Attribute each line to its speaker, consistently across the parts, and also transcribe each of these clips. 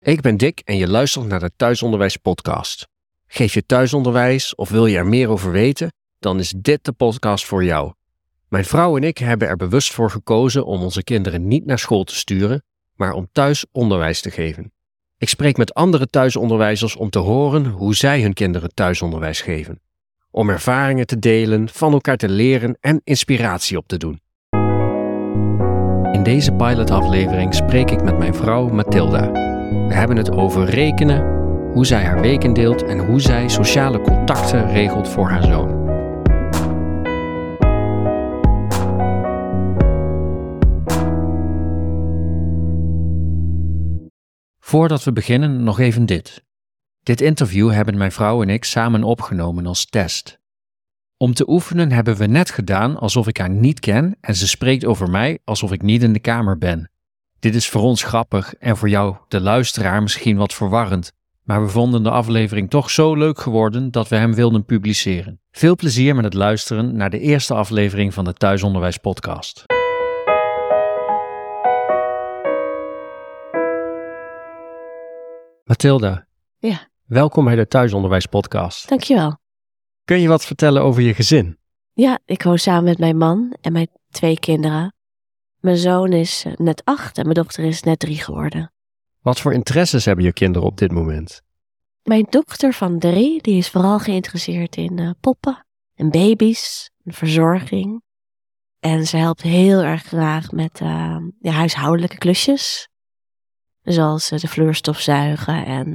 Speaker 1: Ik ben Dick en je luistert naar de Thuisonderwijs podcast. Geef je thuisonderwijs of wil je er meer over weten? Dan is dit de podcast voor jou. Mijn vrouw en ik hebben er bewust voor gekozen om onze kinderen niet naar school te sturen, maar om thuis onderwijs te geven. Ik spreek met andere thuisonderwijzers om te horen hoe zij hun kinderen thuisonderwijs geven. Om ervaringen te delen, van elkaar te leren en inspiratie op te doen. In deze pilotaflevering spreek ik met mijn vrouw Mathilda. We hebben het over rekenen, hoe zij haar weken deelt en hoe zij sociale contacten regelt voor haar zoon. Voordat we beginnen nog even dit. Dit interview hebben mijn vrouw en ik samen opgenomen als test. Om te oefenen hebben we net gedaan alsof ik haar niet ken en ze spreekt over mij alsof ik niet in de kamer ben. Dit is voor ons grappig en voor jou, de luisteraar, misschien wat verwarrend, maar we vonden de aflevering toch zo leuk geworden dat we hem wilden publiceren. Veel plezier met het luisteren naar de eerste aflevering van de Thuisonderwijs podcast. Mathilda,
Speaker 2: ja.
Speaker 1: Welkom bij de Thuisonderwijs podcast.
Speaker 2: Dankjewel.
Speaker 1: Kun je wat vertellen over je gezin?
Speaker 2: Ja, ik woon samen met mijn man en mijn 2 kinderen. Mijn zoon is net 8 en mijn dochter is net 3 geworden.
Speaker 1: Wat voor interesses hebben je kinderen op dit moment?
Speaker 2: Mijn dochter van 3, die is vooral geïnteresseerd in poppen en baby's en verzorging. En ze helpt heel erg graag met huishoudelijke klusjes. Zoals de vloer stofzuigen en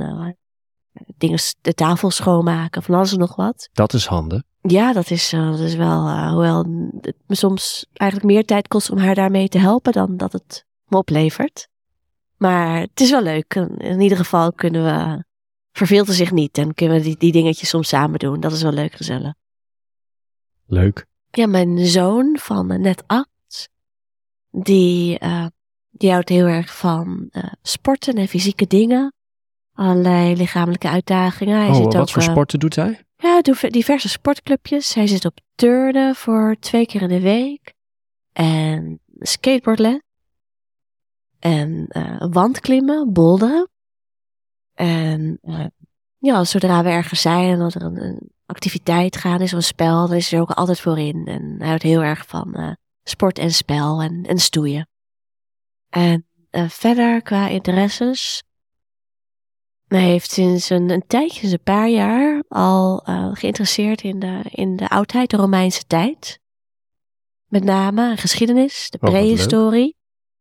Speaker 2: de tafel schoonmaken, van alles en nog wat.
Speaker 1: Dat is handig.
Speaker 2: Ja, dat is wel, hoewel het me soms eigenlijk meer tijd kost om haar daarmee te helpen dan dat het me oplevert. Maar het is wel leuk. In ieder geval verveelt ze zich niet en kunnen we die dingetjes soms samen doen. Dat is wel leuk, gezellig.
Speaker 1: Leuk.
Speaker 2: Ja, mijn zoon van net 8, die houdt heel erg van sporten en fysieke dingen. Allerlei lichamelijke uitdagingen.
Speaker 1: Wat voor sporten doet hij?
Speaker 2: Ja, hij doet diverse sportclubjes. Hij zit op turnen voor 2 keer in de week. En skateboardles. En wandklimmen, boulderen. En zodra we ergens zijn en dat er een activiteit gaat is of een spel, dan is hij er ook altijd voor in. En hij houdt heel erg van sport en spel en stoeien. En verder qua interesses. Hij heeft sinds een tijdje, sinds een paar jaar, al geïnteresseerd in de oudheid, de Romeinse tijd. Met name geschiedenis, de prehistorie.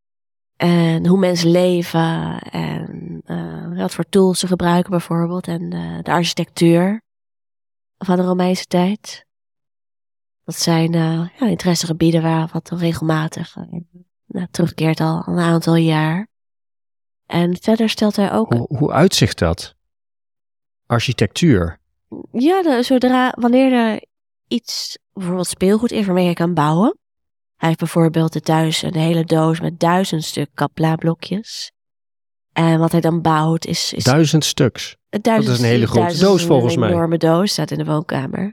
Speaker 2: En hoe mensen leven en wat voor tools ze gebruiken bijvoorbeeld. En de architectuur van de Romeinse tijd. Dat zijn interessegebieden waar wat regelmatig terugkeert al een aantal jaar. En verder stelt hij ook...
Speaker 1: Hoe uitzicht dat? Architectuur?
Speaker 2: Ja, wanneer er iets, bijvoorbeeld speelgoed is waarmee je kan bouwen. Hij heeft bijvoorbeeld thuis een hele doos met 1000 stuk Kapla-blokjes. En wat hij dan bouwt is
Speaker 1: 1000 stuks? Dat is een hele grote doos volgens mij.
Speaker 2: Een enorme doos, staat in de woonkamer.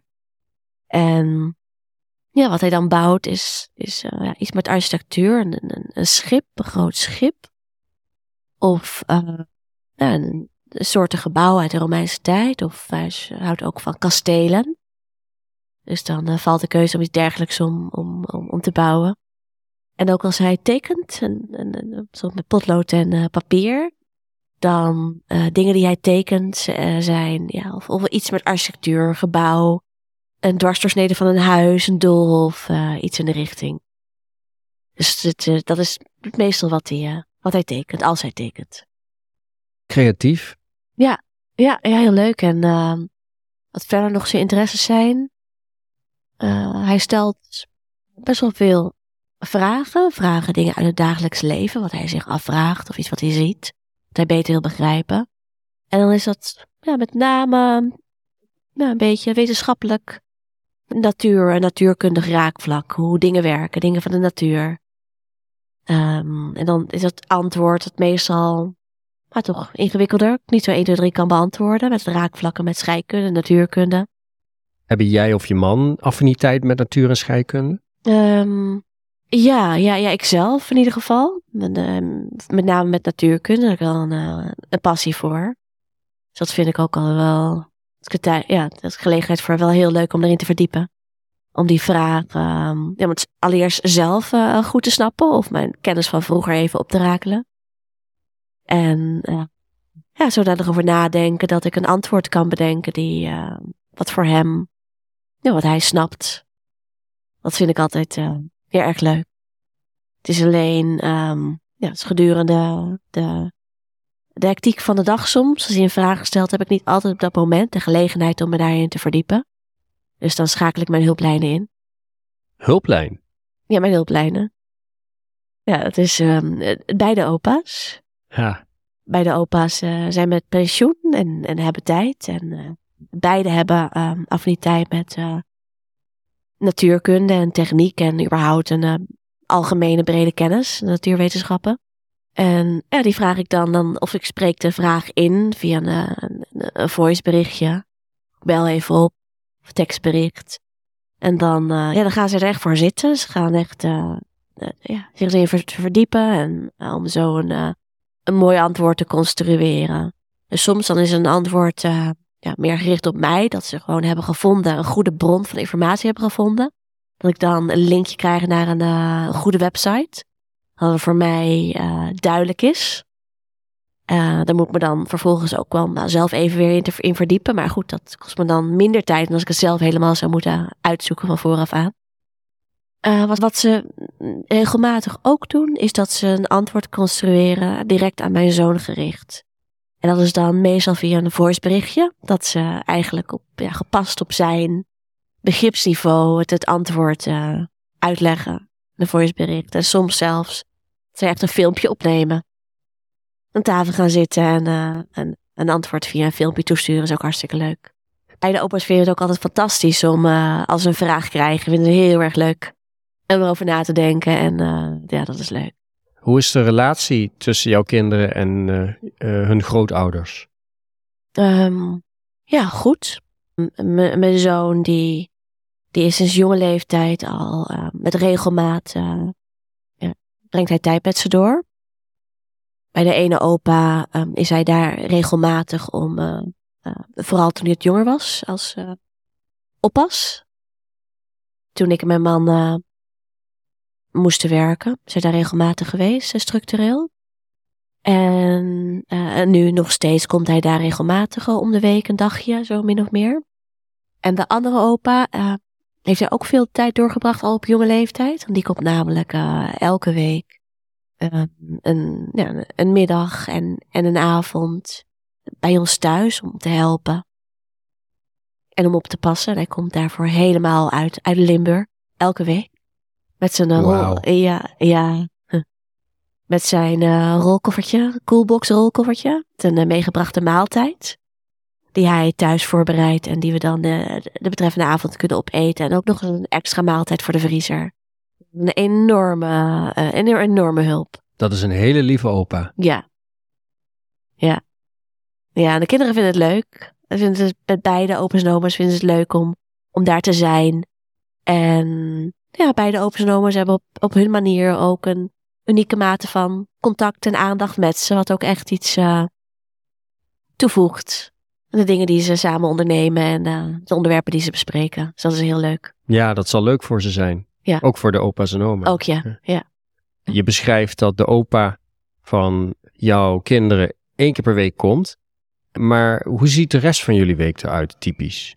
Speaker 2: En ja, wat hij dan bouwt is iets met architectuur. Een schip, een groot schip. Of een soorten gebouw uit de Romeinse tijd. Of hij houdt ook van kastelen. Dus dan valt de keuze om iets dergelijks om te bouwen. En ook als hij tekent, soms met potlood en papier. Dan dingen die hij tekent zijn of iets met architectuur, gebouw. Een dwarsdoorsnede van een huis, een doolhof, iets in de richting. Dus dat is meestal wat hij tekent, als hij tekent.
Speaker 1: Creatief? Ja,
Speaker 2: heel leuk. En wat verder nog zijn interesses zijn. Hij stelt best wel veel vragen dingen uit het dagelijks leven, wat hij zich afvraagt of iets wat hij ziet, wat hij beter wil begrijpen. En dan is dat met name een beetje wetenschappelijk, natuur en natuurkundig raakvlak, hoe dingen werken, dingen van de natuur. En dan is het antwoord het meestal toch ingewikkelder, niet zo 1, 2, 3 kan beantwoorden, met raakvlakken met scheikunde, natuurkunde.
Speaker 1: Hebben jij of je man affiniteit met natuur en scheikunde?
Speaker 2: Ja, ik zelf in ieder geval. Met name met natuurkunde, daar heb ik wel een passie voor. Dus dat vind ik ook al wel, dat is gelegenheid voor wel heel leuk om erin te verdiepen. Om die vraag, want allereerst zelf goed te snappen of mijn kennis van vroeger even op te rakelen. En zodat erover nadenken dat ik een antwoord kan bedenken die wat voor hem, wat hij snapt. Dat vind ik altijd heel erg leuk. Het is alleen, het is gedurende de hectiek van de dag soms. Als hij een vraag stelt, heb ik niet altijd op dat moment de gelegenheid om me daarin te verdiepen. Dus dan schakel ik mijn hulplijnen in.
Speaker 1: Hulplijn?
Speaker 2: Ja, mijn hulplijnen. Ja, het is beide opa's.
Speaker 1: Ja.
Speaker 2: Beide opa's zijn met pensioen en hebben tijd. En beide hebben affiniteit met natuurkunde en techniek en überhaupt een algemene brede kennis, natuurwetenschappen. En die vraag ik dan of ik spreek de vraag in via een voiceberichtje. Ik bel even op, of tekstbericht. En dan gaan ze er echt voor zitten. Ze gaan echt zich erin verdiepen en om zo een mooi antwoord te construeren. Dus soms dan is een antwoord meer gericht op mij, dat ze gewoon hebben gevonden, een goede bron van informatie hebben gevonden. Dat ik dan een linkje krijg naar een goede website. Dat het voor mij duidelijk is. Daar moet ik me dan vervolgens ook wel zelf even weer in verdiepen. Maar goed, dat kost me dan minder tijd dan als ik het zelf helemaal zou moeten uitzoeken van vooraf aan. Wat ze regelmatig ook doen, is dat ze een antwoord construeren direct aan mijn zoon gericht. En dat is dan meestal via een voiceberichtje. Dat ze eigenlijk gepast op zijn begripsniveau het antwoord uitleggen. Een voicebericht. En soms zelfs dat ze echt een filmpje opnemen. Aan tafel gaan zitten en een antwoord via een filmpje toesturen is ook hartstikke leuk. Beide opa's vinden het ook altijd fantastisch om als ze een vraag krijgen, vinden het heel erg leuk om erover na te denken. En dat is leuk.
Speaker 1: Hoe is de relatie tussen jouw kinderen en hun grootouders?
Speaker 2: Goed. Mijn zoon die is sinds jonge leeftijd al met regelmaat brengt hij tijd met ze door. Bij de ene opa is hij daar regelmatig om, vooral toen hij het jonger was, als oppas. Toen ik en mijn man moesten werken, is hij daar regelmatig geweest, structureel. En nu nog steeds komt hij daar regelmatig om de week, een dagje, zo min of meer. En de andere opa heeft hij ook veel tijd doorgebracht, al op jonge leeftijd. Want die komt namelijk elke week een middag en een avond bij ons thuis om te helpen. En om op te passen. En hij komt daarvoor helemaal uit Limburg, elke week. Met zijn met zijn rolkoffertje, coolbox rolkoffertje. Met een meegebrachte maaltijd. Die hij thuis voorbereidt en die we dan de betreffende avond kunnen opeten. En ook nog een extra maaltijd voor de vriezer. Een enorme hulp.
Speaker 1: Dat is een hele lieve opa.
Speaker 2: Ja. Ja, en de kinderen vinden het leuk. Met beide opa's en oma's vinden ze het leuk om daar te zijn. En beide opa's en oma's hebben op hun manier ook een unieke mate van contact en aandacht met ze. Wat ook echt iets toevoegt. De dingen die ze samen ondernemen en de onderwerpen die ze bespreken. Dus dat is heel leuk.
Speaker 1: Ja, dat zal leuk voor ze zijn.
Speaker 2: Ja.
Speaker 1: Ook voor de opa's en oma's.
Speaker 2: Ook ja.
Speaker 1: Je beschrijft dat de opa van jouw kinderen 1 keer per week komt. Maar hoe ziet de rest van jullie week eruit, typisch?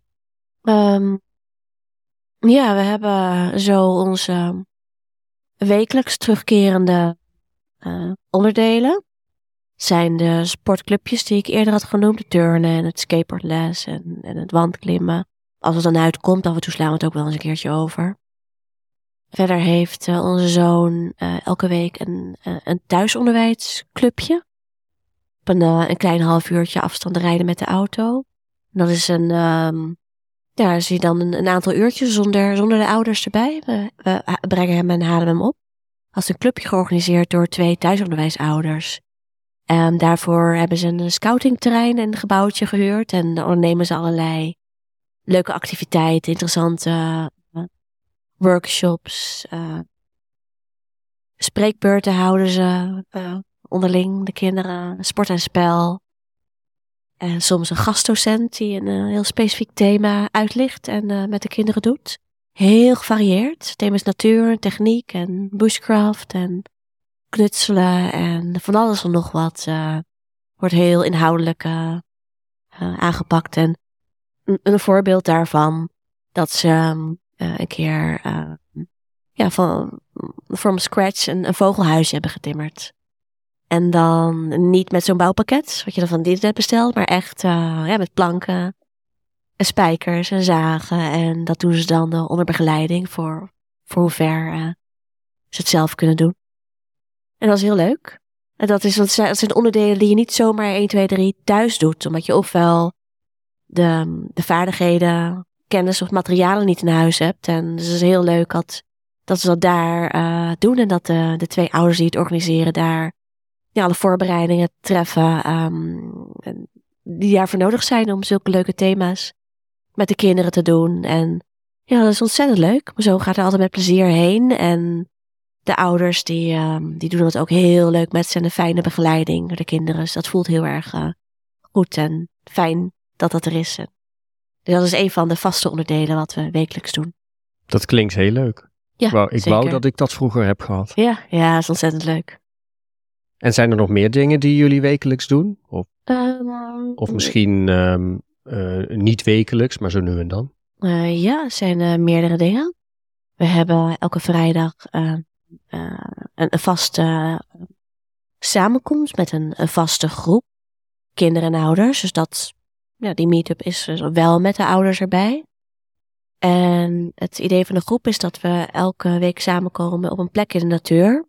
Speaker 2: We hebben zo onze wekelijks terugkerende onderdelen. Zijn de sportclubjes die ik eerder had genoemd. De turnen en het skateboardles en het wandklimmen. Als het dan uitkomt, af en toe slaan we het ook wel eens een keertje over. Verder heeft onze zoon elke week een thuisonderwijsclubje. Op een klein half uurtje afstand rijden met de auto. En dat is is hij dan een aantal uurtjes zonder de ouders erbij. We brengen hem en halen hem op. Als een clubje georganiseerd door 2 thuisonderwijsouders. Daarvoor hebben ze een scoutingterrein en een gebouwtje gehuurd. En dan nemen ze allerlei leuke activiteiten, interessante workshops. Spreekbeurten houden ze onderling, de kinderen. Sport en spel. En soms een gastdocent die een heel specifiek thema uitlicht en met de kinderen doet. Heel gevarieerd. Thema's natuur, techniek en bushcraft en knutselen en van alles en nog wat. Wordt heel inhoudelijk aangepakt. En een voorbeeld daarvan dat ze een keer from scratch een vogelhuisje hebben getimmerd. En dan niet met zo'n bouwpakket, wat je dan van dit net bestelt, maar echt met planken en spijkers en zagen. En dat doen ze dan onder begeleiding voor hoe ver ze het zelf kunnen doen. En dat is heel leuk. En dat zijn onderdelen die je niet zomaar 1, 2, 3 thuis doet. Omdat je ofwel de vaardigheden, kennis of materialen niet in huis hebt. En dus het is heel leuk dat ze dat daar doen. En dat de 2 ouders die het organiseren daar alle voorbereidingen treffen. Die daarvoor nodig zijn om zulke leuke thema's met de kinderen te doen. En ja, dat is ontzettend leuk. Maar zo gaat er altijd met plezier heen. En de ouders die doen het ook heel leuk met ze en een fijne begeleiding door de kinderen. Dus dat voelt heel erg goed en fijn dat er is. Dus dat is een van de vaste onderdelen wat we wekelijks doen.
Speaker 1: Dat klinkt heel leuk.
Speaker 2: Ja,
Speaker 1: Ik wou dat ik dat vroeger heb gehad.
Speaker 2: Ja, dat is ontzettend leuk.
Speaker 1: En zijn er nog meer dingen die jullie wekelijks doen? Of misschien niet wekelijks, maar zo nu en dan?
Speaker 2: Ja, er zijn meerdere dingen. We hebben elke vrijdag een vaste samenkomst met een vaste groep kinderen en ouders. Dus die meet-up is wel met de ouders erbij. En het idee van de groep is dat we elke week samenkomen op een plek in de natuur.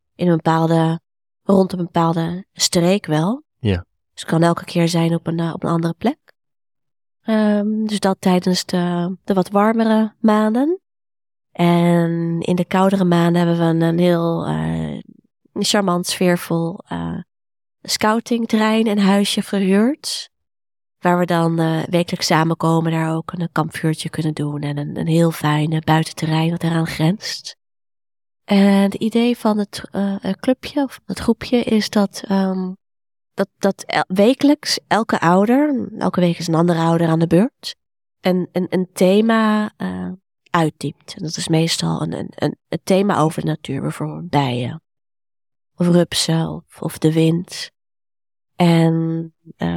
Speaker 2: Rond een bepaalde streek wel.
Speaker 1: Ja.
Speaker 2: Dus het kan elke keer zijn op een andere plek. Dus dat tijdens de wat warmere maanden. En in de koudere maanden hebben we een heel charmant, sfeervol scoutingterrein en huisje gehuurd. Waar we dan wekelijks samenkomen, daar ook een kampvuurtje kunnen doen. En een heel fijn buitenterrein wat eraan grenst. En het idee van het clubje, of het groepje, is dat wekelijks elke week is een andere ouder aan de beurt, een thema uitdiept. En dat is meestal een thema over de natuur, bijvoorbeeld bijen, of rupsen, of de wind. En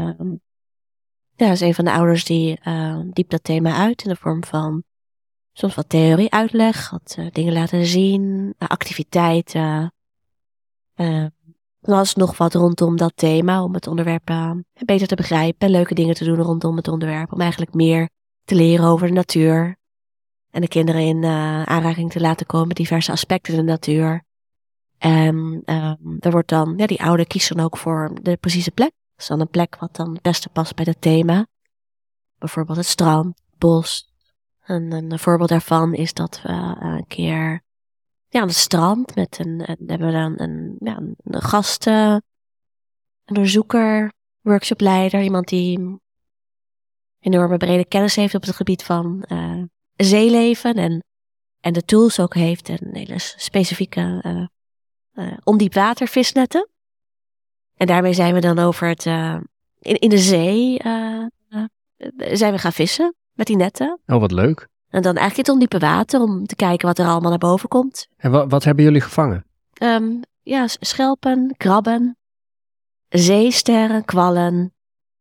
Speaker 2: is een van de ouders die diept dat thema uit in de vorm van soms wat theorie uitleg, wat dingen laten zien, activiteiten. Dan is nog wat rondom dat thema, om het onderwerp beter te begrijpen. Leuke dingen te doen rondom het onderwerp, om eigenlijk meer te leren over de natuur. En de kinderen in aanraking te laten komen met diverse aspecten van de natuur. En er wordt dan, die ouder kiest dan ook voor de precieze plek. Dat is dan een plek wat dan het beste past bij dat thema. Bijvoorbeeld het strand, bos. En een voorbeeld daarvan is dat we een keer aan het strand hebben we dan een gast, een onderzoeker, workshopleider, iemand die enorme brede kennis heeft op het gebied van zeeleven en de tools ook heeft en hele specifieke ondiepwater visnetten. En daarmee zijn we dan over het in de zee zijn we gaan vissen met die netten.
Speaker 1: Oh, wat leuk.
Speaker 2: En dan eigenlijk het ondiepe water om te kijken wat er allemaal naar boven komt.
Speaker 1: En wat hebben jullie gevangen?
Speaker 2: Schelpen, krabben, zeesterren, kwallen.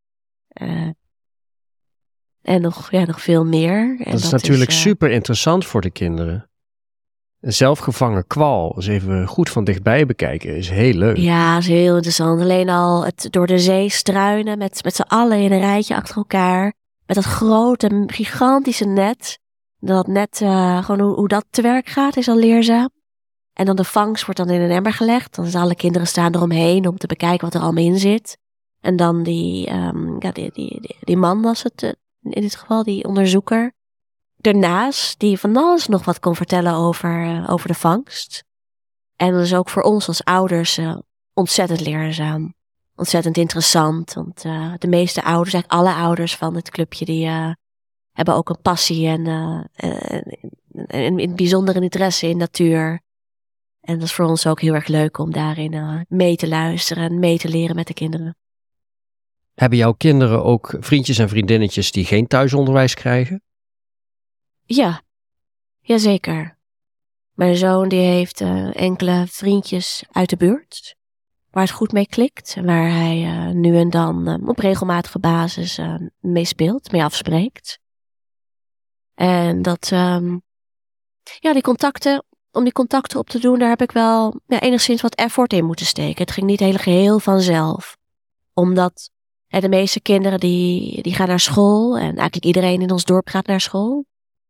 Speaker 2: En nog veel meer. En
Speaker 1: dat is natuurlijk super interessant voor de kinderen. Een zelfgevangen kwal, eens even goed van dichtbij bekijken, is heel leuk.
Speaker 2: Ja, is heel interessant. Alleen al het door de zee struinen met z'n allen in een rijtje achter elkaar. Met dat grote, gigantische net. Dat net, gewoon hoe dat te werk gaat, is al leerzaam. En dan de vangst wordt dan in een emmer gelegd. Dan zijn alle kinderen staan eromheen om te bekijken wat er allemaal in zit. En dan die man was het, in dit geval, die onderzoeker. Daarnaast, die van alles nog wat kon vertellen over de vangst. En dat is ook voor ons als ouders ontzettend leerzaam. Ontzettend interessant. Want de meeste ouders, eigenlijk alle ouders van het clubje, die hebben ook een passie en in het bijzonder een interesse in natuur. En dat is voor ons ook heel erg leuk om daarin mee te luisteren en mee te leren met de kinderen.
Speaker 1: Hebben jouw kinderen ook vriendjes en vriendinnetjes die geen thuisonderwijs krijgen?
Speaker 2: Ja, jazeker. Mijn zoon die heeft enkele vriendjes uit de buurt waar het goed mee klikt. En waar hij nu en dan op regelmatige basis mee speelt, mee afspreekt. En dat, die contacten, om die contacten op te doen, daar heb ik wel enigszins wat effort in moeten steken. Het ging niet heel geheel vanzelf. Omdat de meeste kinderen die gaan naar school en eigenlijk iedereen in ons dorp gaat naar school.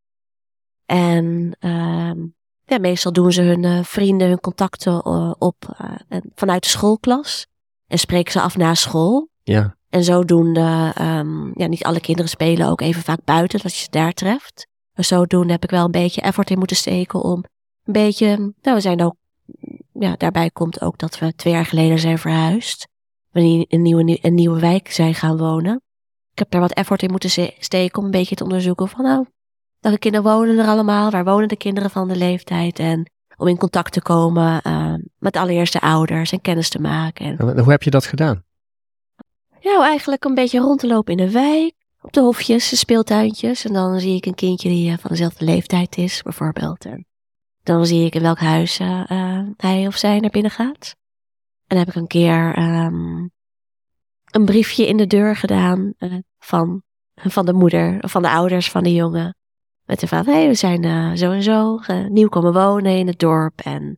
Speaker 2: En meestal doen ze hun vrienden, hun contacten op vanuit de schoolklas. En spreken ze af na school.
Speaker 1: Ja.
Speaker 2: En zodoende, niet alle kinderen spelen ook even vaak buiten, dat je ze daar treft. Maar zodoende heb ik wel een beetje effort in moeten steken om een beetje, we zijn ook, daarbij komt ook dat we 2 jaar geleden zijn verhuisd. We in een nieuwe wijk zijn gaan wonen. Ik heb daar wat effort in moeten steken om een beetje te onderzoeken van welke kinderen wonen er allemaal, waar wonen de kinderen van de leeftijd en om in contact te komen met allereerst de ouders en kennis te maken.
Speaker 1: En hoe heb je dat gedaan?
Speaker 2: Ja, eigenlijk een beetje rond te lopen in de wijk, op de hofjes, de speeltuintjes. En dan zie ik een kindje die van dezelfde leeftijd is, bijvoorbeeld. En dan zie ik in welk huis hij of zij naar binnen gaat. En dan heb ik een keer een briefje in de deur gedaan van de moeder, of van de ouders van de jongen. Met de van, we zijn zo en zo nieuw komen wonen in het dorp. En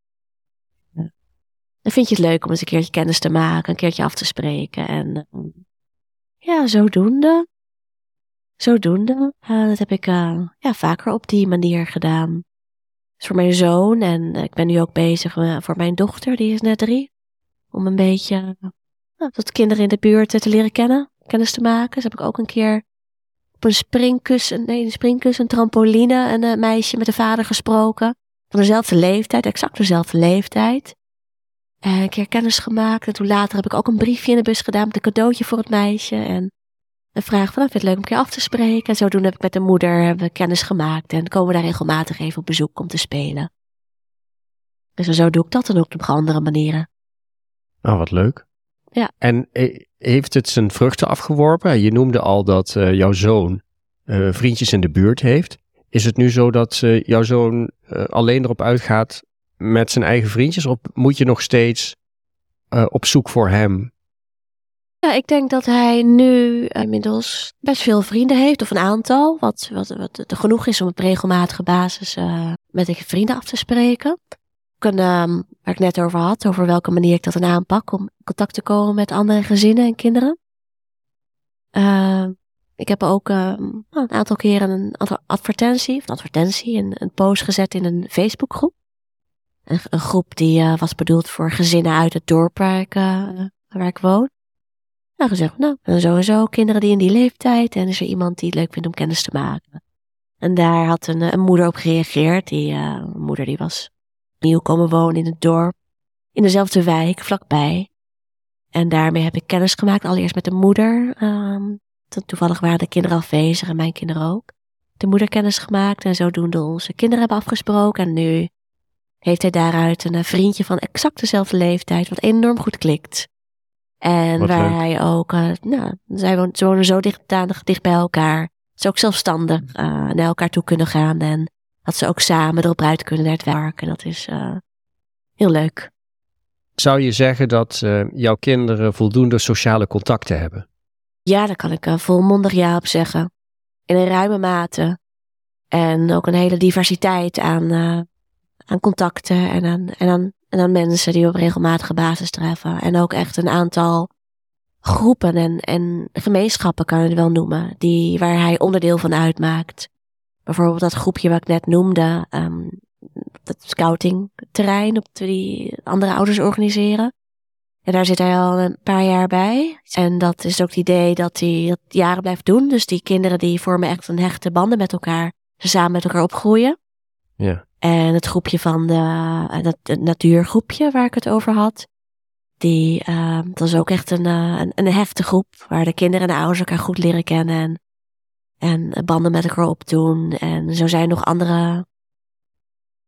Speaker 2: dan vind je het leuk om eens een keertje kennis te maken, een keertje af te spreken. En zodoende. Dat heb ik vaker op die manier gedaan. Dus voor mijn zoon en ik ben nu ook bezig voor mijn dochter, die is net 3. Om een beetje tot kinderen in de buurt te leren kennen, kennis te maken. Dus heb ik ook een keer op een springkussen, een trampoline, een meisje met de vader gesproken. Van dezelfde leeftijd, exact dezelfde leeftijd. En een keer kennis gemaakt. En toen later heb ik ook een briefje in de bus gedaan met een cadeautje voor het meisje. En een vraag van, ik vind het leuk om een keer af te spreken. En zodoende heb ik met de moeder kennis gemaakt. En komen we daar regelmatig even op bezoek om te spelen. Dus zo doe ik dat dan ook op andere manieren.
Speaker 1: Oh, wat leuk.
Speaker 2: Ja.
Speaker 1: En heeft het zijn vruchten afgeworpen? Je noemde al dat jouw zoon vriendjes in de buurt heeft. Is het nu zo dat jouw zoon alleen erop uitgaat met zijn eigen vriendjes? Of moet je nog steeds op zoek voor hem?
Speaker 2: Ja, ik denk dat hij nu inmiddels best veel vrienden heeft, of een aantal. Wat genoeg is om op regelmatige basis met de vrienden af te spreken. Waar ik het net over had, over welke manier ik dat dan aanpak om in contact te komen met andere gezinnen en kinderen. Ik heb ook een aantal keren een advertentie, een post gezet in een Facebookgroep. Een groep die was bedoeld voor gezinnen uit het dorp waar ik woon. Nou, gezegd, sowieso kinderen die in die leeftijd en is er iemand die het leuk vindt om kennis te maken. En daar had een moeder op gereageerd. Die moeder die was nieuw komen wonen in het dorp, in dezelfde wijk, vlakbij. En daarmee heb ik kennis gemaakt, allereerst met de moeder. Toevallig waren de kinderen afwezig en mijn kinderen ook. De moeder kennis gemaakt en zodoende onze kinderen hebben afgesproken. En nu heeft hij daaruit een vriendje van exact dezelfde leeftijd, wat enorm goed klikt. En
Speaker 1: wat
Speaker 2: waar
Speaker 1: leuk.
Speaker 2: hij ook, ze wonen zo dicht bij elkaar. Ze ook zelfstandig naar elkaar toe kunnen gaan. En dat ze ook samen erop uit kunnen naar het werk. En dat is heel leuk.
Speaker 1: Zou je zeggen dat jouw kinderen voldoende sociale contacten hebben?
Speaker 2: Ja, daar kan ik volmondig ja op zeggen. In een ruime mate. En ook een hele diversiteit aan contacten en aan mensen die we op regelmatige basis treffen. En ook echt een aantal groepen en gemeenschappen kan je het wel noemen. Waar hij onderdeel van uitmaakt. Bijvoorbeeld dat groepje wat ik net noemde. Dat scoutingterrein op die andere ouders organiseren. En daar zit hij al een paar jaar bij. En dat is ook het idee dat hij dat jaren blijft doen. Dus die kinderen die vormen echt een hechte banden met elkaar. Ze samen met elkaar opgroeien.
Speaker 1: Ja.
Speaker 2: En het groepje van het natuurgroepje waar ik het over had. Dat is ook echt een heftige groep. Waar de kinderen en de ouders elkaar goed leren kennen. En banden met elkaar opdoen. En zo zijn nog andere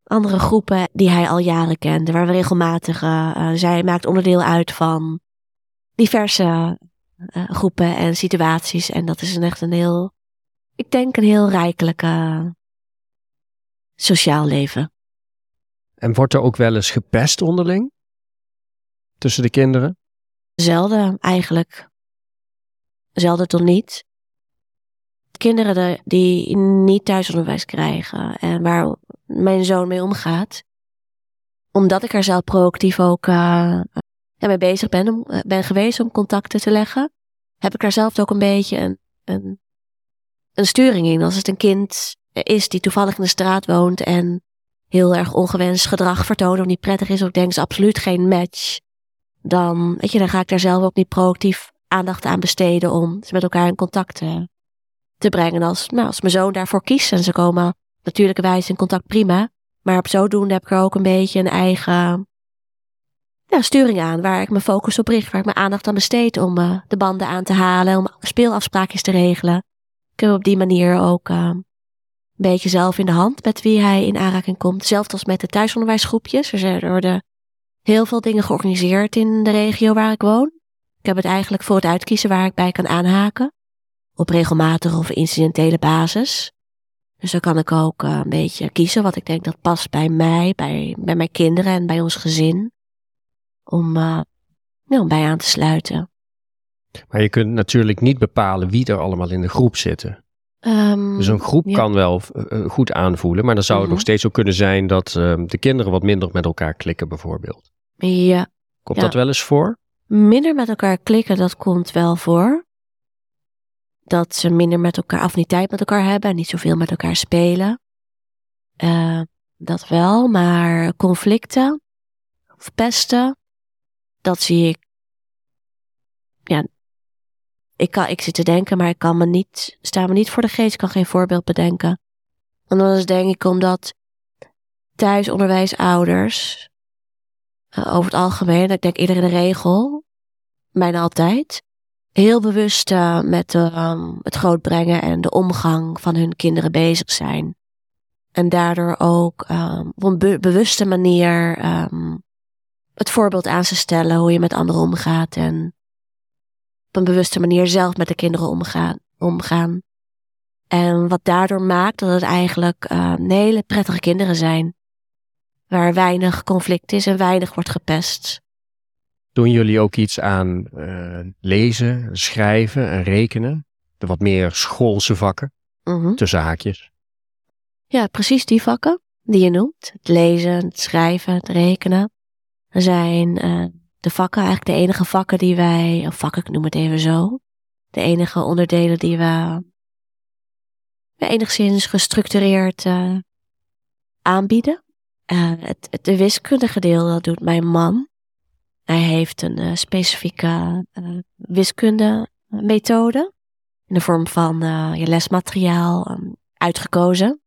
Speaker 2: andere groepen die hij al jaren kende, waar we regelmatig, zij maakt onderdeel uit van diverse groepen en situaties. En dat is echt een heel rijkelijke sociaal leven.
Speaker 1: En wordt er ook wel eens gepest onderling? Tussen de kinderen?
Speaker 2: Zelden eigenlijk. Zelden tot niet. Kinderen die niet thuisonderwijs krijgen en waar mijn zoon mee omgaat, omdat ik er zelf proactief ook mee bezig ben geweest om contacten te leggen, heb ik daar zelf ook een beetje een sturing in. Als het een kind is die toevallig in de straat woont en heel erg ongewenst gedrag vertoont of niet prettig is, of ik denk is absoluut geen match, dan ga ik daar zelf ook niet proactief aandacht aan besteden om ze met elkaar in contact te brengen. Als mijn zoon daarvoor kiest en ze komen natuurlijkerwijs in contact, prima. Maar op zodoende heb ik er ook een beetje een eigen sturing aan, waar ik mijn focus op richt, waar ik mijn aandacht aan besteed om de banden aan te halen, om speelafspraakjes te regelen. Ik heb op die manier ook een beetje zelf in de hand met wie hij in aanraking komt. Zelfs als met de thuisonderwijsgroepjes. Er worden heel veel dingen georganiseerd in de regio waar ik woon. Ik heb het eigenlijk voor het uitkiezen waar ik bij kan aanhaken. Op regelmatige of incidentele basis. Dus dan kan ik ook een beetje kiezen wat ik denk dat past bij mij, bij mijn kinderen en bij ons gezin. Om bij aan te sluiten.
Speaker 1: Maar je kunt natuurlijk niet bepalen wie er allemaal in de groep zitten. Dus een groep kan wel goed aanvoelen, maar dan zou het nog steeds zo kunnen zijn dat de kinderen wat minder met elkaar klikken bijvoorbeeld.
Speaker 2: Ja.
Speaker 1: Komt dat wel eens voor?
Speaker 2: Minder met elkaar klikken, dat komt wel voor. Dat ze minder met elkaar affiniteit met elkaar hebben en niet zoveel met elkaar spelen. Dat wel, maar conflicten of pesten, dat zie ik. Ja, ik zit te denken, maar sta me niet voor de geest, ik kan geen voorbeeld bedenken. En dan is denk ik omdat thuisonderwijsouders, over het algemeen, ik denk iedereen de regel, bijna altijd, heel bewust met het grootbrengen en de omgang van hun kinderen bezig zijn. En daardoor ook op een bewuste manier het voorbeeld aan ze stellen hoe je met anderen omgaat. En op een bewuste manier zelf met de kinderen omgaan. En wat daardoor maakt dat het eigenlijk hele prettige kinderen zijn. Waar weinig conflict is en weinig wordt gepest.
Speaker 1: Doen jullie ook iets aan lezen, schrijven en rekenen? De wat meer schoolse vakken, tussen haakjes.
Speaker 2: Ja, precies die vakken die je noemt. Het lezen, het schrijven, het rekenen. Er zijn de vakken eigenlijk de enige vakken die wij, of vakken, ik noem het even zo. De enige onderdelen die we enigszins gestructureerd aanbieden. Het wiskundige deel, dat doet mijn man. Hij heeft een specifieke wiskundemethode in de vorm van je lesmateriaal uitgekozen.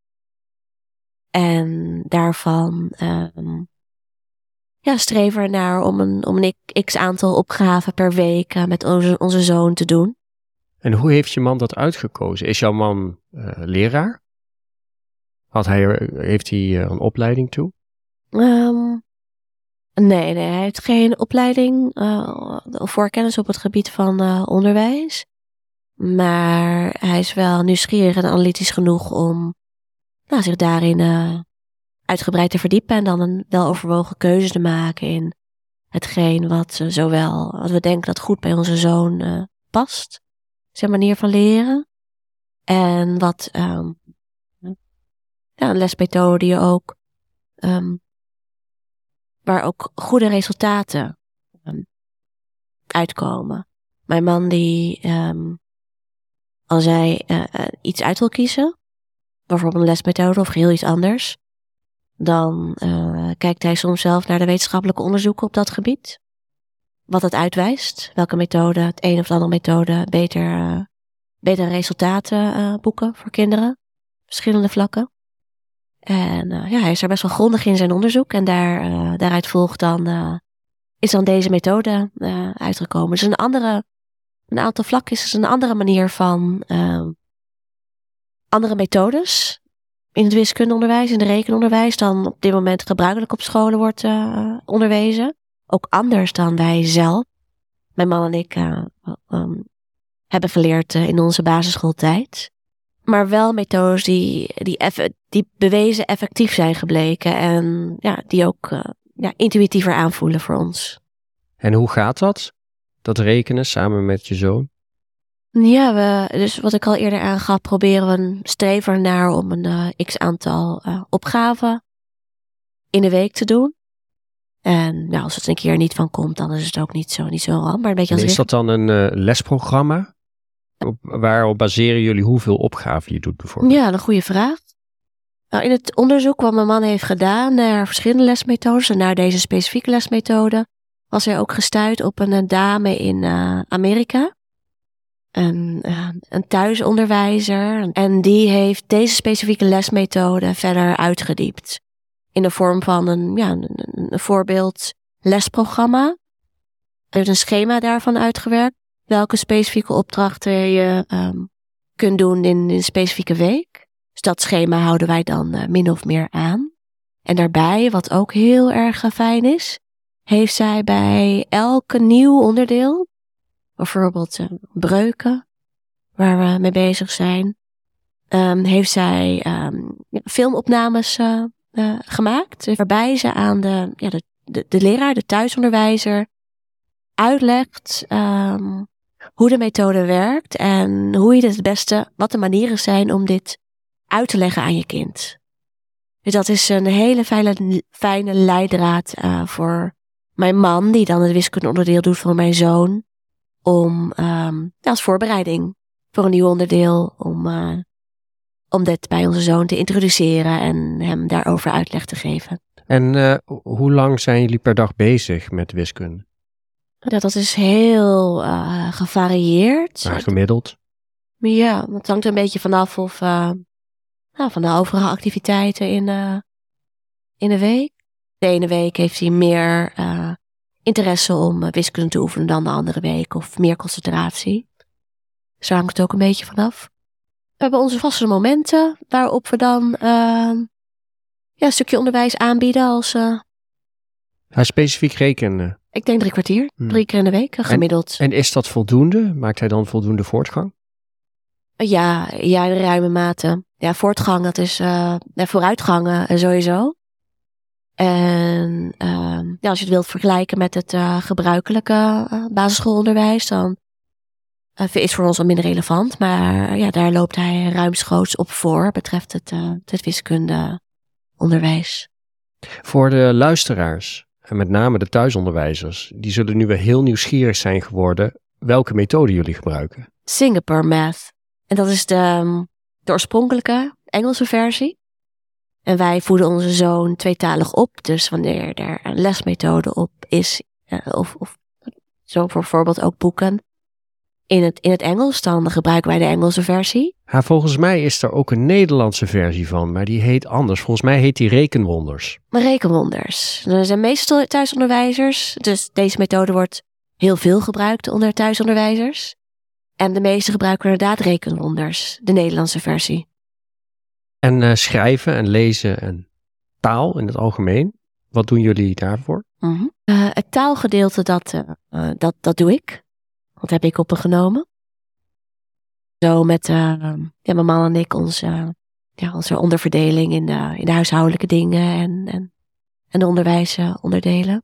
Speaker 2: En daarvan streven we naar om een x aantal opgaven per week met onze zoon te doen.
Speaker 1: En hoe heeft je man dat uitgekozen? Is jouw man leraar? Heeft hij een opleiding toe?
Speaker 2: Nee, hij heeft geen opleiding of voorkennis op het gebied van onderwijs. Maar hij is wel nieuwsgierig en analytisch genoeg om zich daarin uitgebreid te verdiepen en dan een weloverwogen keuze te maken in hetgeen wat we denken dat goed bij onze zoon past. Zijn manier van leren. En wat een lesmethode die ook waar ook goede resultaten uitkomen. Mijn man die als hij iets uit wil kiezen, bijvoorbeeld een lesmethode of geheel iets anders, dan kijkt hij soms zelf naar de wetenschappelijke onderzoeken op dat gebied. Wat het uitwijst, welke methode, het een of de andere methode, betere resultaten boeken voor kinderen. Verschillende vlakken. En hij is er best wel grondig in zijn onderzoek. En daaruit volgt dan, is dan deze methode uitgekomen. Dus een aantal vlakken is een andere manier van, andere methodes. in het wiskundeonderwijs, in het rekenonderwijs, dan op dit moment gebruikelijk op scholen wordt onderwezen. Ook anders dan wij zelf. Mijn man en ik hebben geleerd in onze basisschooltijd. Maar wel methodes die bewezen effectief zijn gebleken. En die ook intuïtiever aanvoelen voor ons.
Speaker 1: En hoe gaat dat? Dat rekenen samen met je zoon?
Speaker 2: Ja, dus wat ik al eerder aangaf, streven ernaar om een x-aantal opgaven in de week te doen. En als het een keer niet van komt, dan is het ook niet zo ramp. Maar een beetje als
Speaker 1: is dat dan een lesprogramma? Waarop baseren jullie hoeveel opgaven je doet bijvoorbeeld?
Speaker 2: Ja, een goede vraag. Nou, in het onderzoek wat mijn man heeft gedaan naar verschillende lesmethodes en naar deze specifieke lesmethode, was hij ook gestuurd op een dame in Amerika. Een thuisonderwijzer. En die heeft deze specifieke lesmethode verder uitgediept. In de vorm van een voorbeeld lesprogramma. Hij heeft een schema daarvan uitgewerkt. Welke specifieke opdrachten je kunt doen in een specifieke week. Dus dat schema houden wij dan min of meer aan. En daarbij, wat ook heel erg fijn is, heeft zij bij elke nieuw onderdeel, bijvoorbeeld breuken, waar we mee bezig zijn, heeft zij filmopnames gemaakt, waarbij ze aan de leraar, de thuisonderwijzer, uitlegt hoe de methode werkt en hoe je het beste, wat de manieren zijn om dit uit te leggen aan je kind. Dus dat is een hele fijne leidraad voor mijn man, die dan het wiskundeonderdeel doet voor mijn zoon, om als voorbereiding voor een nieuw onderdeel, om dit bij onze zoon te introduceren en hem daarover uitleg te geven.
Speaker 1: En hoe lang zijn jullie per dag bezig met wiskunde?
Speaker 2: Dat is heel gevarieerd.
Speaker 1: Gemiddeld?
Speaker 2: Ja, het hangt een beetje vanaf van de overige activiteiten in de week. De ene week heeft hij meer interesse om wiskunde te oefenen dan de andere week, of meer concentratie. Dus daar hangt het ook een beetje vanaf. We hebben onze vaste momenten waarop we dan een stukje onderwijs aanbieden als
Speaker 1: specifiek rekenen?
Speaker 2: Ik denk 3 kwartier, 3 keer in de week, gemiddeld.
Speaker 1: En is dat voldoende? Maakt hij dan voldoende voortgang?
Speaker 2: Ja, in ruime mate. Ja, voortgang, dat is vooruitgangen sowieso. En als je het wilt vergelijken met het gebruikelijke basisschoolonderwijs, dan is voor ons al minder relevant. Maar daar loopt hij ruimschoots op voor, betreft het wiskundeonderwijs.
Speaker 1: Voor de luisteraars, en met name de thuisonderwijzers, die zullen nu weer heel nieuwsgierig zijn geworden welke methode jullie gebruiken.
Speaker 2: Singapore Math. En dat is de oorspronkelijke Engelse versie. En wij voeden onze zoon tweetalig op. Dus wanneer er een lesmethode op is, of zo bijvoorbeeld ook boeken in het Engels, dan gebruiken wij de Engelse versie.
Speaker 1: Volgens mij is er ook een Nederlandse versie van, maar die heet anders. Volgens mij heet die Rekenwonders.
Speaker 2: Rekenwonders. Er zijn meestal thuisonderwijzers, dus deze methode wordt heel veel gebruikt onder thuisonderwijzers. En de meeste gebruiken inderdaad Rekenwonders, de Nederlandse versie.
Speaker 1: En schrijven en lezen en taal in het algemeen, wat doen jullie daarvoor?
Speaker 2: Mm-hmm. Het taalgedeelte, dat doe ik. Dat heb ik op me genomen. Zo met mijn man en ik onze onderverdeling in de huishoudelijke dingen en de onderwijsonderdelen.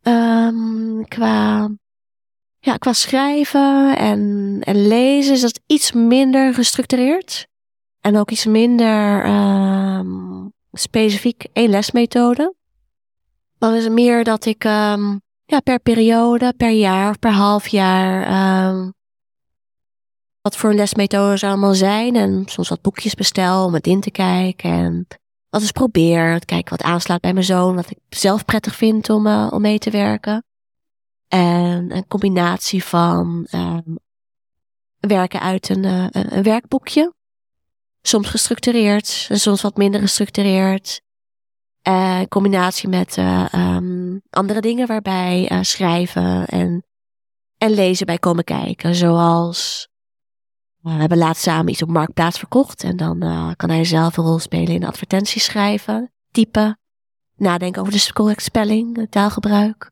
Speaker 2: Qua schrijven en lezen is dat iets minder gestructureerd. En ook iets minder specifiek 1 lesmethode. Dan is het meer dat ik per periode, per jaar of per half jaar wat voor lesmethodes er allemaal zijn. En soms wat boekjes bestel om het in te kijken. En wat eens probeer. Kijken wat aanslaat bij mijn zoon. Wat ik zelf prettig vind om mee te werken. En een combinatie van werken uit een werkboekje. Soms gestructureerd en soms wat minder gestructureerd. In combinatie met andere dingen waarbij schrijven en lezen bij komen kijken. Zoals We hebben laatst samen iets op Marktplaats verkocht. En dan kan hij zelf een rol spelen in advertenties schrijven, typen, nadenken over de correcte spelling, het taalgebruik.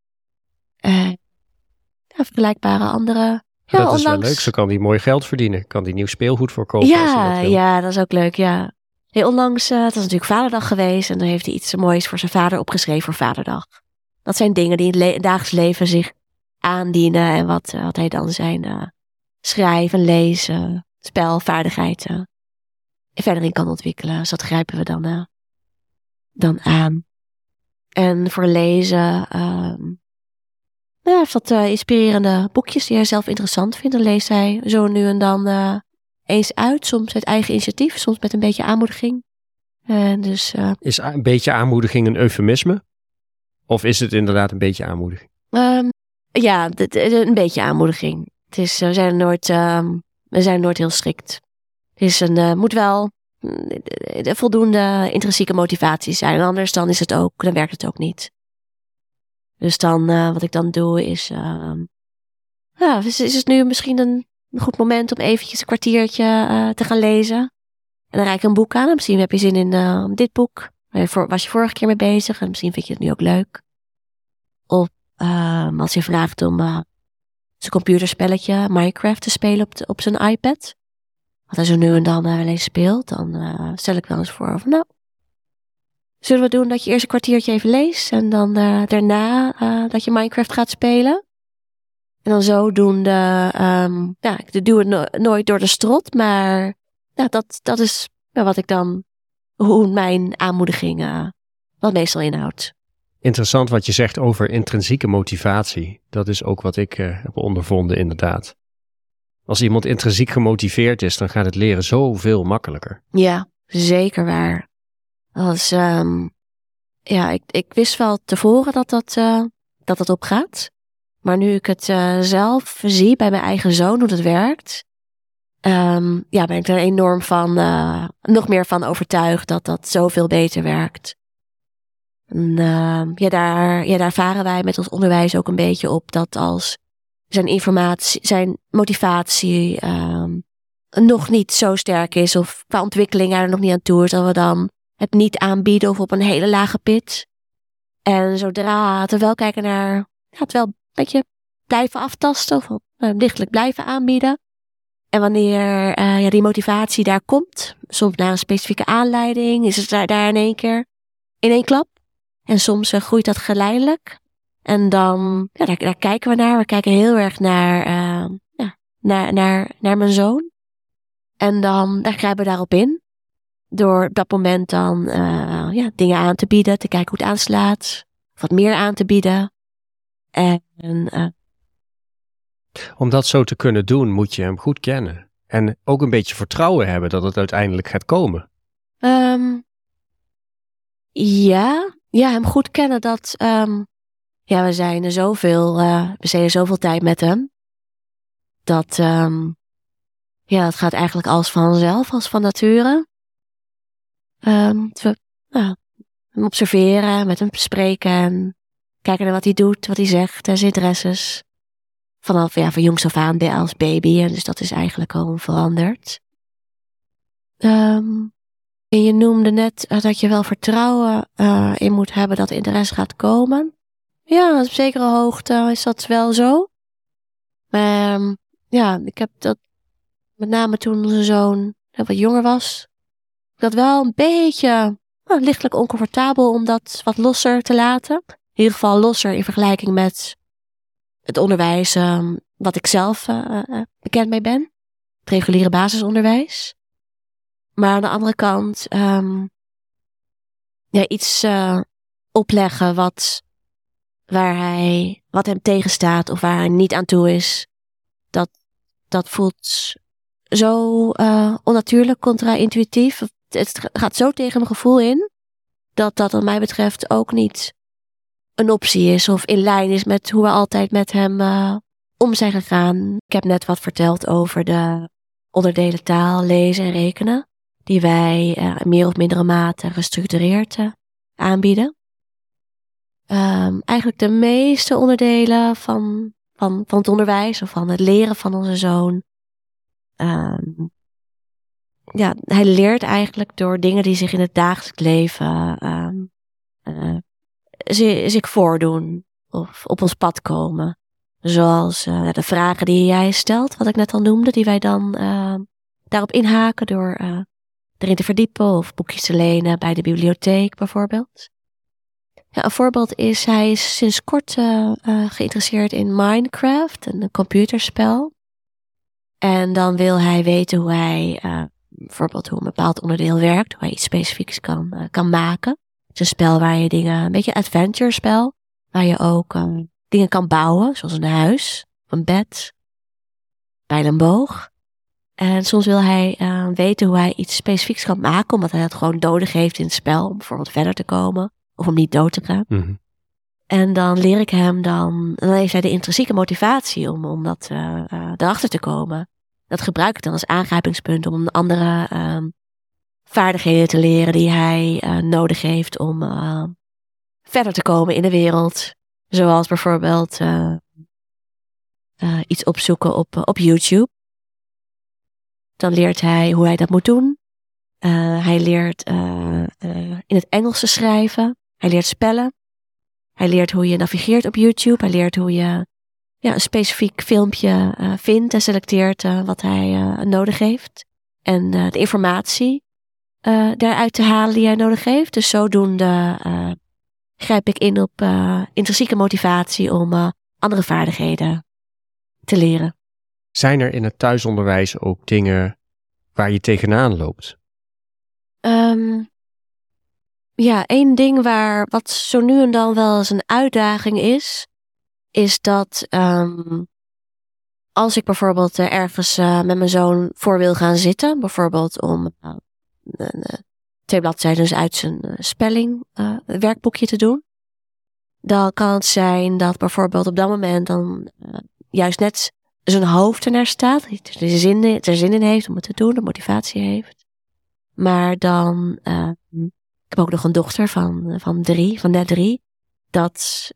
Speaker 2: Vergelijkbare andere. Ja,
Speaker 1: dat is wel leuk. Zo kan hij mooi geld verdienen. Kan hij nieuw speelgoed voor kopen.
Speaker 2: Ja, dat is ook leuk, ja. Hey, onlangs, het was natuurlijk Vaderdag geweest. En dan heeft hij iets moois voor zijn vader opgeschreven voor Vaderdag. Dat zijn dingen die in het dagelijks leven zich aandienen. En wat hij dan zijn schrijven, lezen, spelvaardigheden verder in kan ontwikkelen. Dus dat grijpen we dan aan. En voor lezen heeft wat inspirerende boekjes die hij zelf interessant vindt. Dan leest hij zo nu en dan eens uit. Soms met eigen initiatief, soms met een beetje aanmoediging. Dus,
Speaker 1: is een beetje aanmoediging een eufemisme? Of is het inderdaad een beetje aanmoediging?
Speaker 2: Een beetje aanmoediging. Het is, we zijn nooit heel strikt. Het is moet wel voldoende intrinsieke motivatie zijn. Anders dan werkt het ook niet. Dus dan, wat ik dan doe is het nu misschien een goed moment om eventjes een kwartiertje te gaan lezen. En dan reik ik een boek aan. En misschien heb je zin in dit boek. Was je vorige keer mee bezig en misschien vind je het nu ook leuk. Of als je vraagt om zijn computerspelletje Minecraft te spelen op zijn iPad. Wat hij zo nu en dan wel eens speelt. Dan stel ik wel eens voor van zullen we doen dat je eerst een kwartiertje even leest. En dan daarna dat je Minecraft gaat spelen. En dan zodoende, ik doe het nooit door de strot. Maar dat is wat ik dan, hoe mijn aanmoediging wat meestal inhoudt.
Speaker 1: Interessant wat je zegt over intrinsieke motivatie. Dat is ook wat ik heb ondervonden inderdaad. Als iemand intrinsiek gemotiveerd is, dan gaat het leren zoveel makkelijker.
Speaker 2: Ja, zeker waar. Ik wist wel tevoren dat op gaat. Maar nu ik het zelf zie bij mijn eigen zoon hoe dat werkt, ben ik er enorm nog meer van overtuigd dat zoveel beter werkt. En daar varen wij met ons onderwijs ook een beetje op dat als zijn motivatie nog niet zo sterk is of qua ontwikkeling er nog niet aan toe is, dat we dan het niet aanbieden of op een hele lage pit. En terwijl kijken naar, terwijl een beetje blijven aftasten of lichtelijk blijven aanbieden. En wanneer die motivatie daar komt, soms naar een specifieke aanleiding, is het daar in één klap. En soms groeit dat geleidelijk. En dan, daar kijken we naar. We kijken heel erg naar mijn zoon. En dan daar grijpen we daarop in. Door op dat moment dan dingen aan te bieden, te kijken hoe het aanslaat. Wat meer aan te bieden.
Speaker 1: Om dat zo te kunnen doen, moet je hem goed kennen. En ook een beetje vertrouwen hebben dat het uiteindelijk gaat komen.
Speaker 2: Hem goed kennen dat... we zijn we besteden zoveel tijd met hem. Dat het gaat eigenlijk als vanzelf, als van nature. We hem observeren, met hem spreken en kijken naar wat hij doet, wat hij zegt en zijn interesses. Vanaf van jongs af aan als baby, en dus dat is eigenlijk al onveranderd. En je noemde net dat je wel vertrouwen in moet hebben dat de interesse gaat komen. Ja, op zekere hoogte is dat wel zo. Maar ik heb dat met name toen onze zoon wat jonger was, dat wel een beetje lichtelijk oncomfortabel om dat wat losser te laten. In ieder geval losser in vergelijking met het onderwijs wat ik zelf bekend mee ben. Het reguliere basisonderwijs. Maar aan de andere kant iets opleggen wat hem tegenstaat of waar hij niet aan toe is. Dat voelt zo onnatuurlijk, contra-intuïtief. Het gaat zo tegen mijn gevoel in dat wat mij betreft ook niet een optie is of in lijn is met hoe we altijd met hem om zijn gegaan. Ik heb net wat verteld over de onderdelen taal, lezen en rekenen, die wij in meer of mindere mate gestructureerd aanbieden. Eigenlijk de meeste onderdelen van het onderwijs of van het leren van onze zoon hij leert eigenlijk door dingen die zich in het dagelijks leven zich voordoen of op ons pad komen. Zoals de vragen die jij stelt, wat ik net al noemde, die wij dan daarop inhaken door erin te verdiepen of boekjes te lenen bij de bibliotheek bijvoorbeeld. Ja, een voorbeeld is, hij is sinds kort geïnteresseerd in Minecraft, een computerspel. En dan wil hij weten hoe hij, bijvoorbeeld hoe een bepaald onderdeel werkt, hoe hij iets specifieks kan maken. Het is een spel waar je dingen, een beetje een adventure spel, waar je ook dingen kan bouwen, zoals een huis, een bed, pijl en boog. En soms wil hij weten hoe hij iets specifieks kan maken, omdat hij dat gewoon nodig heeft in het spel, om bijvoorbeeld verder te komen, of om niet dood te gaan.
Speaker 1: Mm-hmm.
Speaker 2: En dan leer ik hem dan heeft hij de intrinsieke motivatie om dat erachter te komen. Dat gebruik ik dan als aangrijpingspunt om andere vaardigheden te leren die hij nodig heeft om verder te komen in de wereld. Zoals bijvoorbeeld iets opzoeken op YouTube. Dan leert hij hoe hij dat moet doen. Hij leert in het Engels te schrijven. Hij leert spellen. Hij leert hoe je navigeert op YouTube. Hij leert hoe je een specifiek filmpje vindt en selecteert wat hij nodig heeft. En de informatie daaruit te halen die hij nodig heeft. Dus zodoende grijp ik in op intrinsieke motivatie om andere vaardigheden te leren.
Speaker 1: Zijn er in het thuisonderwijs ook dingen waar je tegenaan loopt?
Speaker 2: Één ding wat zo nu en dan wel eens een uitdaging is dat als ik bijvoorbeeld ergens met mijn zoon voor wil gaan zitten, bijvoorbeeld om 2 bladzijden uit zijn spelling werkboekje te doen, dan kan het zijn dat bijvoorbeeld op dat moment dan juist net zijn hoofd ernaar staat, er zin in heeft om het te doen, de motivatie heeft. Maar dan, ik heb ook nog een dochter van net 3, dat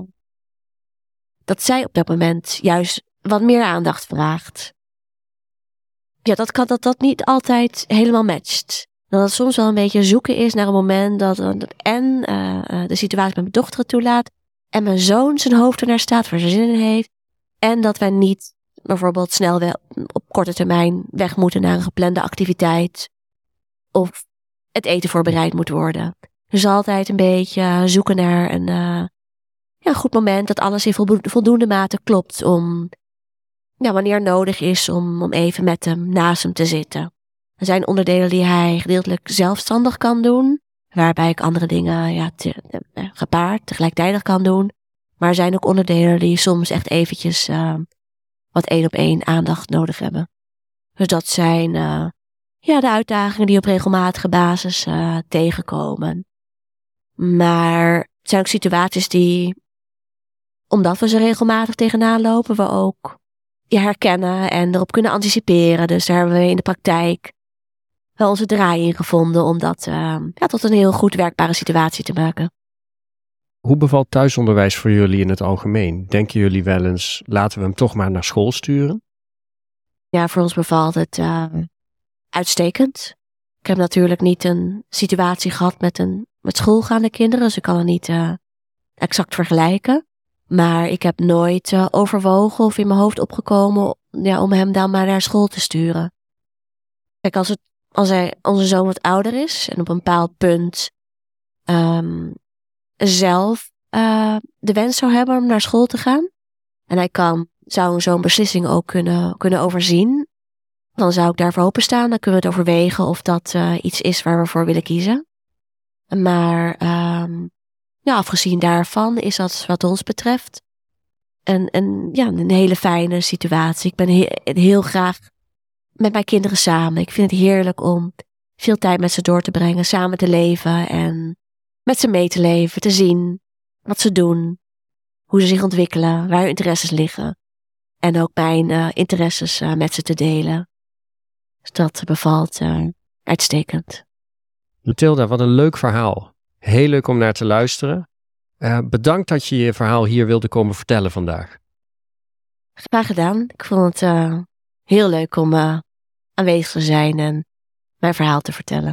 Speaker 2: zij op dat moment juist wat meer aandacht vraagt. Ja, dat niet altijd helemaal matcht. Dat het soms wel een beetje zoeken is naar een moment dat de situatie met mijn dochter het toelaat en mijn zoon zijn hoofd ernaar staat, waar ze zin in heeft. En dat wij niet bijvoorbeeld snel op korte termijn weg moeten naar een geplande activiteit. Of het eten voorbereid moet worden. Dus altijd een beetje zoeken naar een goed moment dat alles in voldoende mate klopt om, wanneer nodig is om even met hem, naast hem te zitten. Er zijn onderdelen die hij gedeeltelijk zelfstandig kan doen, waarbij ik andere dingen gepaard tegelijkertijd kan doen. Maar er zijn ook onderdelen die soms echt eventjes wat 1-op-1 aandacht nodig hebben. Dus dat zijn de uitdagingen die op regelmatige basis tegenkomen. Maar het zijn ook situaties die, omdat we ze regelmatig tegenaan lopen, we ook herkennen en erop kunnen anticiperen. Dus daar hebben we in de praktijk wel onze draai in gevonden om dat tot een heel goed werkbare situatie te maken.
Speaker 1: Hoe bevalt thuisonderwijs voor jullie in het algemeen? Denken jullie wel eens, laten we hem toch maar naar school sturen?
Speaker 2: Ja, voor ons bevalt het uitstekend. Ik heb natuurlijk niet een situatie gehad met schoolgaande kinderen, dus ik kan het niet exact vergelijken. Maar ik heb nooit overwogen of in mijn hoofd opgekomen om hem dan maar naar school te sturen. Kijk, als onze zoon wat ouder is en op een bepaald punt zelf de wens zou hebben om naar school te gaan, en hij zou zo'n beslissing ook kunnen overzien, dan zou ik daarvoor openstaan. Dan kunnen we het overwegen of dat iets is waar we voor willen kiezen. Maar afgezien daarvan is dat wat ons betreft een hele fijne situatie. Ik ben heel graag met mijn kinderen samen. Ik vind het heerlijk om veel tijd met ze door te brengen, samen te leven en met ze mee te leven, te zien wat ze doen, hoe ze zich ontwikkelen, waar hun interesses liggen. En ook mijn interesses met ze te delen. Dus dat bevalt uitstekend.
Speaker 1: Mathilda, wat een leuk verhaal. Heel leuk om naar te luisteren. Bedankt dat je je verhaal hier wilde komen vertellen vandaag.
Speaker 2: Graag gedaan. Ik vond het heel leuk om aanwezig te zijn en mijn verhaal te vertellen.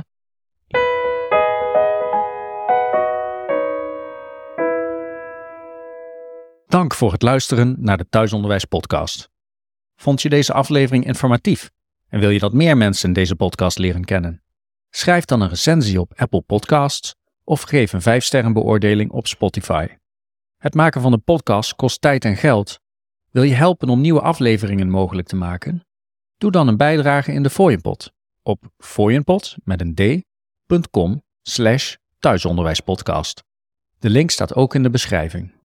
Speaker 3: Dank voor het luisteren naar de Thuisonderwijs podcast. Vond je deze aflevering informatief en wil je dat meer mensen deze podcast leren kennen? Schrijf dan een recensie op Apple Podcasts of geef een 5-sterren beoordeling op Spotify. Het maken van de podcast kost tijd en geld. Wil je helpen om nieuwe afleveringen mogelijk te maken? Doe dan een bijdrage in de Fooienpot op fooienpot.com/thuisonderwijspodcast. De link staat ook in de beschrijving.